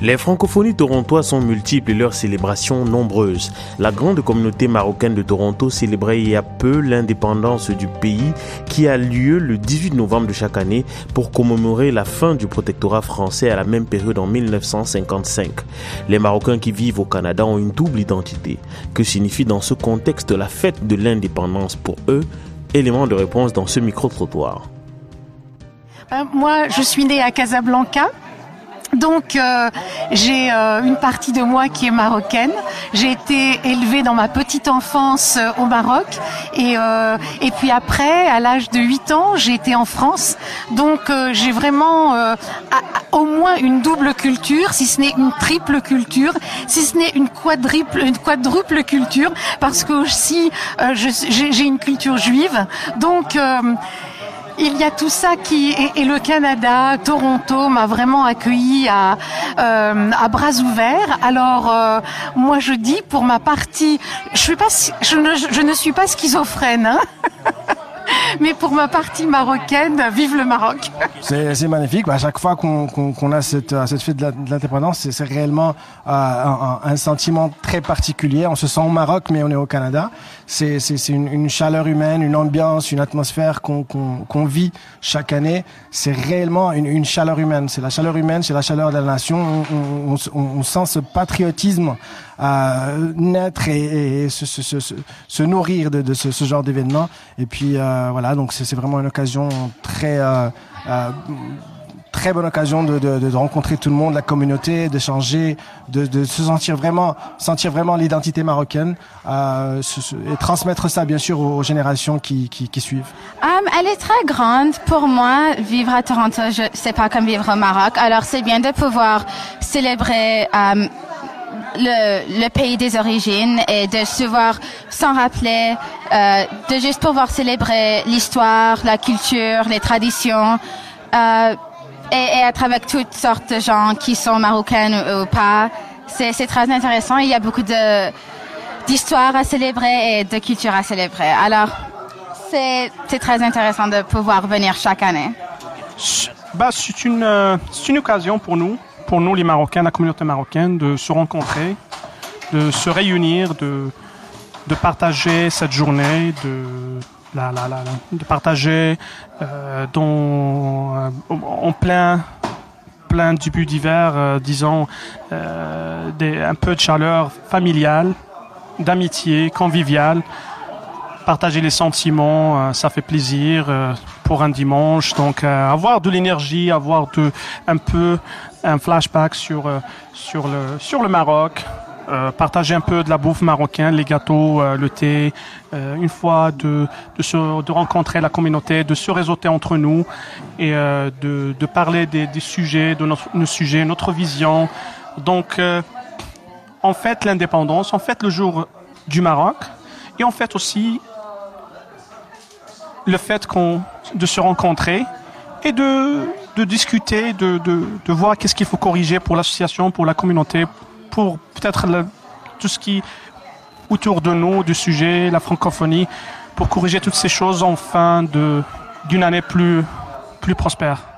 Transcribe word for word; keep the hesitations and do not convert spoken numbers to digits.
Les francophonies torontoises sont multiples et leurs célébrations nombreuses. La grande communauté marocaine de Toronto célébrait il y a peu l'indépendance du pays qui a lieu le dix-huit novembre de chaque année pour commémorer la fin du protectorat français à la même période en mille neuf cent cinquante-cinq. Les Marocains qui vivent au Canada ont une double identité. Que signifie dans ce contexte la fête de l'indépendance pour eux? Élément de réponse dans ce micro-trottoir. Euh, moi, je suis née à Casablanca. Donc euh, j'ai euh, une partie de moi qui est marocaine. J'ai été élevée dans ma petite enfance euh, au Maroc et euh, et puis après, à l'âge de huit ans, j'ai été en France. Donc euh, j'ai vraiment euh, à, à, au moins une double culture, si ce n'est une triple culture, si ce n'est une quadruple une quadruple culture, parce que aussi euh, je, j'ai, j'ai une culture juive. Donc euh, il y a tout ça qui et, et le Canada, Toronto m'a vraiment accueilli à euh, à bras ouverts. Alors euh, moi je dis pour ma partie, je suis pas je ne je ne suis pas schizophrène, hein. Mais pour ma partie marocaine, vive le Maroc. C'est, c'est magnifique. À chaque fois qu'on, qu'on, qu'on a cette, cette fête de, la, de l'indépendance, c'est, c'est réellement euh, un, un sentiment très particulier. On se sent au Maroc, mais on est au Canada. C'est, c'est, c'est une, une chaleur humaine, une ambiance, une atmosphère qu'on, qu'on, qu'on vit chaque année. C'est réellement une, une chaleur humaine. C'est la chaleur humaine, c'est la chaleur de la nation. On, on, on, on sent ce patriotisme euh, naître et, et se, se, se, se nourrir de, de ce, ce genre d'événements. Et puis euh, voilà, donc c'est, c'est vraiment une occasion très euh, euh, très bonne occasion de, de, de rencontrer tout le monde, la communauté, d'échanger, de, de se sentir vraiment sentir vraiment l'identité marocaine euh, se, se, et transmettre ça bien sûr aux, aux générations qui, qui, qui suivent. Um, elle est très grande. Pour moi, vivre à Toronto, je c'est pas comme vivre au Maroc. Alors c'est bien de pouvoir célébrer um, Le, le pays des origines et de se voir s'en rappeler, euh, de juste pouvoir célébrer l'histoire, la culture, les traditions euh, et, et être avec toutes sortes de gens qui sont marocains ou, ou pas. C'est, c'est très intéressant. Il y a beaucoup de, d'histoires à célébrer et de culture à célébrer. Alors, c'est, c'est très intéressant de pouvoir venir chaque année. Bah, c'est une, euh, c'est une occasion pour nous. Pour nous, les Marocains, la communauté marocaine, de se rencontrer, de se réunir, de, de partager cette journée, de, la, la, la, de partager euh, dans, euh, en plein, plein début d'hiver, euh, disons, euh, des, un peu de chaleur familiale, d'amitié, conviviale. Partager les sentiments, euh, ça fait plaisir euh, pour un dimanche. Donc, euh, avoir de l'énergie, avoir de, un peu un flashback sur euh, sur le sur le Maroc, euh, partager un peu de la bouffe marocaine, les gâteaux, euh, le thé. Euh, une fois de de se de rencontrer la communauté, de se réseauter entre nous et euh, de de parler des, des sujets, de notre nos sujets, notre vision. Donc, euh, on fête l'indépendance, on fête le jour du Maroc et on fête aussi le fait qu'on, de se rencontrer et de, de discuter, de, de, de voir qu'est-ce qu'il faut corriger pour l'association, pour la communauté, pour peut-être le, tout ce qui autour de nous, du sujet, la francophonie, pour corriger toutes ces choses en fin de, d'une année plus, plus prospère.